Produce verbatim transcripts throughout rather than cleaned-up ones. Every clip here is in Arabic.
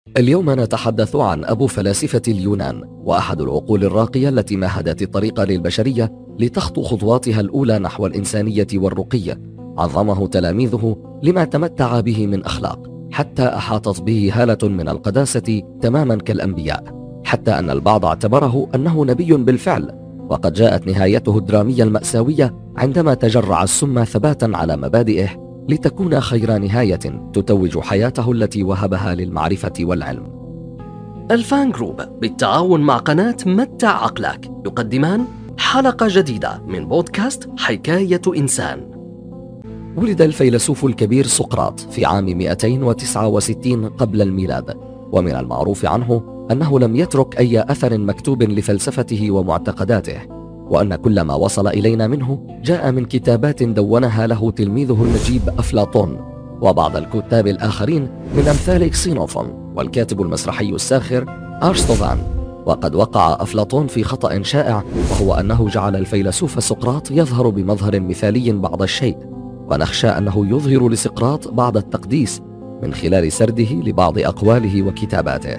اليوم نتحدث عن أبو فلاسفة اليونان وأحد العقول الراقية التي مهدت الطريق للبشرية لتخطو خطواتها الأولى نحو الإنسانية والرقي. عظمه تلاميذه لما تمتع به من أخلاق، حتى أحاطت به هالة من القداسة تماما كالأنبياء، حتى أن البعض اعتبره أنه نبي بالفعل. وقد جاءت نهايته الدرامية المأساوية عندما تجرع السم ثباتا على مبادئه لتكون خير نهاية تتوج حياته التي وهبها للمعرفة والعلم. الفان جروب بالتعاون مع قناة متع عقلك يقدمان حلقة جديدة من بودكاست حكاية إنسان. ولد الفيلسوف الكبير سقراط في عام مئتين وتسعة وستين قبل الميلاد، ومن المعروف عنه أنه لم يترك أي أثر مكتوب لفلسفته ومعتقداته، وأن كل ما وصل إلينا منه جاء من كتابات دونها له تلميذه النجيب أفلاطون، وبعض الكتاب الآخرين من أمثال كسينوفون والكاتب المسرحي الساخر أرسطوفان. وقد وقع أفلاطون في خطأ شائع، وهو أنه جعل الفيلسوف سقراط يظهر بمظهر مثالي بعض الشيء، ونخشى أنه يظهر لسقراط بعض التقديس من خلال سرده لبعض أقواله وكتاباته.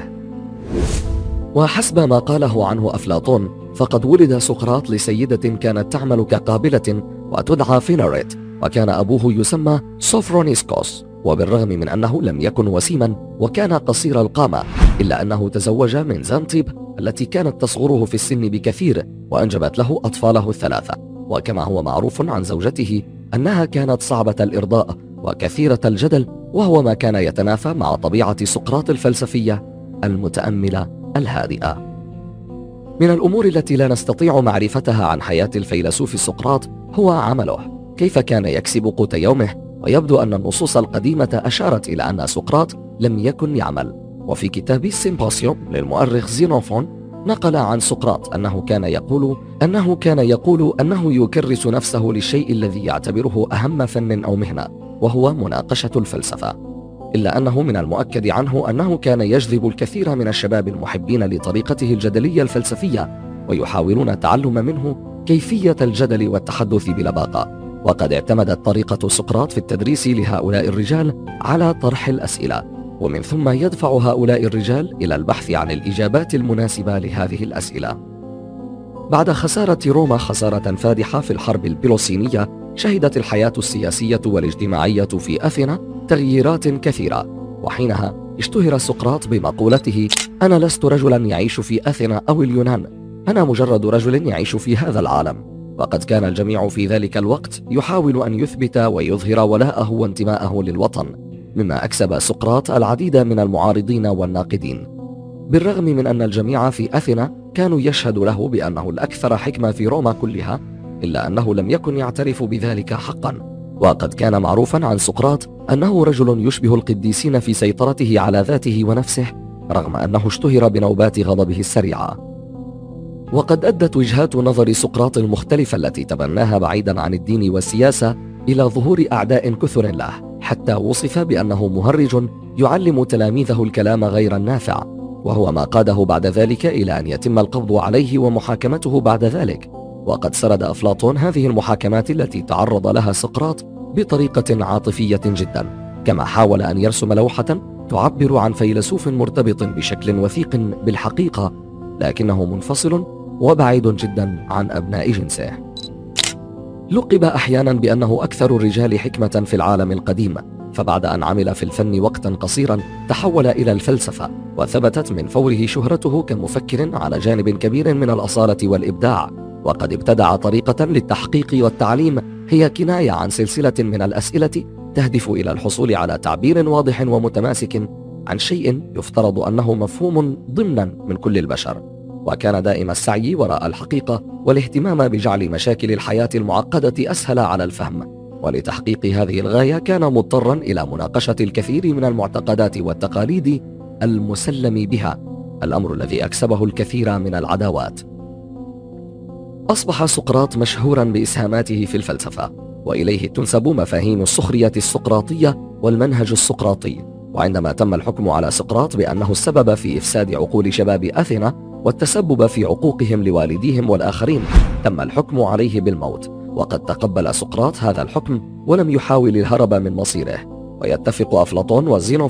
وحسب ما قاله عنه أفلاطون، فقد ولد سقراط لسيدة كانت تعمل كقابلة وتدعى فيناريت، وكان أبوه يسمى سوفرونيسكوس. وبالرغم من أنه لم يكن وسيما وكان قصير القامة، إلا أنه تزوج من زانتيب التي كانت تصغره في السن بكثير، وأنجبت له أطفاله الثلاثة. وكما هو معروف عن زوجته أنها كانت صعبة الإرضاء وكثيرة الجدل، وهو ما كان يتنافى مع طبيعة سقراط الفلسفية المتأملة الهادئة. من الأمور التي لا نستطيع معرفتها عن حياة الفيلسوف سقراط هو عمله، كيف كان يكسب قوت يومه. ويبدو أن النصوص القديمة أشارت إلى أن سقراط لم يكن يعمل. وفي كتاب السيمبوسيوم للمؤرخ زينوفون نقل عن سقراط أنه كان يقول أنه كان يقول أنه يكرس نفسه للشيء الذي يعتبره أهم فن أو مهنة، وهو مناقشة الفلسفة. إلا أنه من المؤكد عنه أنه كان يجذب الكثير من الشباب المحبين لطريقته الجدلية الفلسفية، ويحاولون التعلم منه كيفية الجدل والتحدث بلباقة. وقد اعتمدت طريقة سقراط في التدريس لهؤلاء الرجال على طرح الأسئلة، ومن ثم يدفع هؤلاء الرجال إلى البحث عن الإجابات المناسبة لهذه الأسئلة. بعد خسارة روما خسارة فادحة في الحرب البيلوسينية، شهدت الحياة السياسية والاجتماعية في أثينا تغييرات كثيرة، وحينها اشتهر سقراط بمقولته: أنا لست رجلا يعيش في أثينا أو اليونان، أنا مجرد رجل يعيش في هذا العالم. وقد كان الجميع في ذلك الوقت يحاول أن يثبت ويظهر ولاءه وانتماءه للوطن، مما أكسب سقراط العديد من المعارضين والناقدين. بالرغم من أن الجميع في أثينا كانوا يشهدوا له بأنه الأكثر حكمة في روما كلها، إلا أنه لم يكن يعترف بذلك حقا. وقد كان معروفا عن سقراط أنه رجل يشبه القديسين في سيطرته على ذاته ونفسه، رغم أنه اشتهر بنوبات غضبه السريعة. وقد أدت وجهات نظر سقراط المختلفة التي تبناها بعيدا عن الدين والسياسة إلى ظهور أعداء كثر له، حتى وصف بأنه مهرج يعلم تلاميذه الكلام غير النافع، وهو ما قاده بعد ذلك إلى أن يتم القبض عليه ومحاكمته بعد ذلك. وقد سرد أفلاطون هذه المحاكمات التي تعرض لها سقراط بطريقة عاطفية جدا، كما حاول أن يرسم لوحة تعبر عن فيلسوف مرتبط بشكل وثيق بالحقيقة، لكنه منفصل وبعيد جدا عن أبناء جنسه. لقب أحيانا بأنه أكثر الرجال حكمة في العالم القديم، فبعد أن عمل في الفن وقتا قصيرا تحول إلى الفلسفة، وثبتت من فوره شهرته كمفكر على جانب كبير من الأصالة والإبداع. وقد ابتدع طريقة للتحقيق والتعليم هي كناية عن سلسلة من الأسئلة تهدف إلى الحصول على تعبير واضح ومتماسك عن شيء يفترض أنه مفهوم ضمنا من كل البشر. وكان دائم السعي وراء الحقيقة والاهتمام بجعل مشاكل الحياة المعقدة أسهل على الفهم، ولتحقيق هذه الغاية كان مضطرا إلى مناقشة الكثير من المعتقدات والتقاليد المسلم بها، الأمر الذي أكسبه الكثير من العداوات. أصبح سقراط مشهورا بإسهاماته في الفلسفة، وإليه تنسب مفاهيم السخرية السقراطية والمنهج السقراطي. وعندما تم الحكم على سقراط بأنه السبب في إفساد عقول شباب أثينا والتسبب في عقوقهم لوالديهم والآخرين، تم الحكم عليه بالموت. وقد تقبل سقراط هذا الحكم ولم يحاول الهرب من مصيره. ويتفق أفلاطون وزينوفون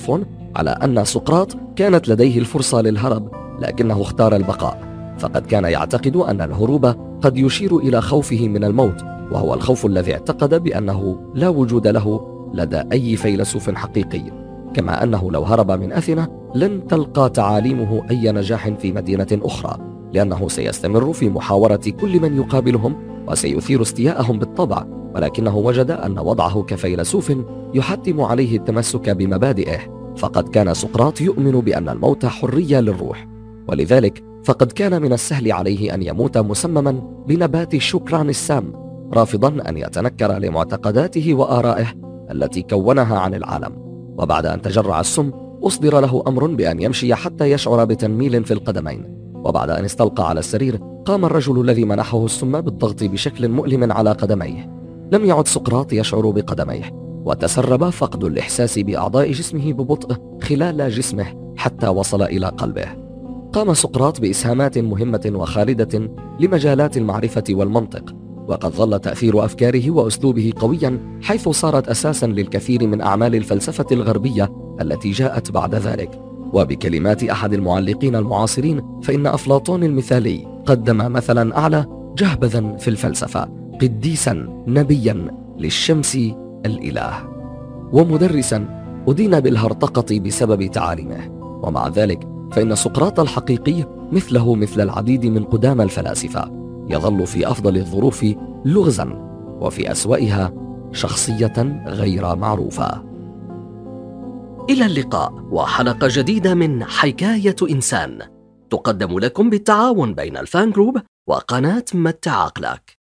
على أن سقراط كانت لديه الفرصة للهرب، لكنه اختار البقاء، فقد كان يعتقد أن الهروب قد يشير إلى خوفه من الموت، وهو الخوف الذي اعتقد بأنه لا وجود له لدى أي فيلسوف حقيقي، كما أنه لو هرب من أثينا لن تلقى تعاليمه أي نجاح في مدينة أخرى، لأنه سيستمر في محاورة كل من يقابلهم وسيثير استياءهم بالطبع، ولكنه وجد أن وضعه كفيلسوف يحتم عليه التمسك بمبادئه، فقد كان سقراط يؤمن بأن الموت حرية للروح، ولذلك فقد كان من السهل عليه أن يموت مسمما بنبات الشكران السام، رافضا أن يتنكر لمعتقداته وآرائه التي كونها عن العالم. وبعد أن تجرع السم أصدر له أمر بأن يمشي حتى يشعر بتنميل في القدمين، وبعد أن استلقى على السرير قام الرجل الذي منحه السم بالضغط بشكل مؤلم على قدميه. لم يعد سقراط يشعر بقدميه، وتسرب فقد الإحساس بأعضاء جسمه ببطء خلال جسمه حتى وصل إلى قلبه. قام سقراط بإسهامات مهمة وخالدة لمجالات المعرفة والمنطق، وقد ظل تأثير أفكاره وأسلوبه قويا، حيث صارت أساسا للكثير من أعمال الفلسفة الغربية التي جاءت بعد ذلك. وبكلمات أحد المعلقين المعاصرين، فإن أفلاطون المثالي قدم مثلا أعلى جهبذا في الفلسفة، قديسا نبيا للشمس الإله، ومدرسا أدين بالهرطقة بسبب تعاليمه. ومع ذلك فإن سقراط الحقيقي مثله مثل العديد من قدام الفلاسفة، يظل في أفضل الظروف لغزا، وفي أسوأها شخصية غير معروفة. إلى اللقاء وحلقة جديدة من حكاية إنسان، تقدم لكم بالتعاون بين الفان جروب وقناة متع عقلك.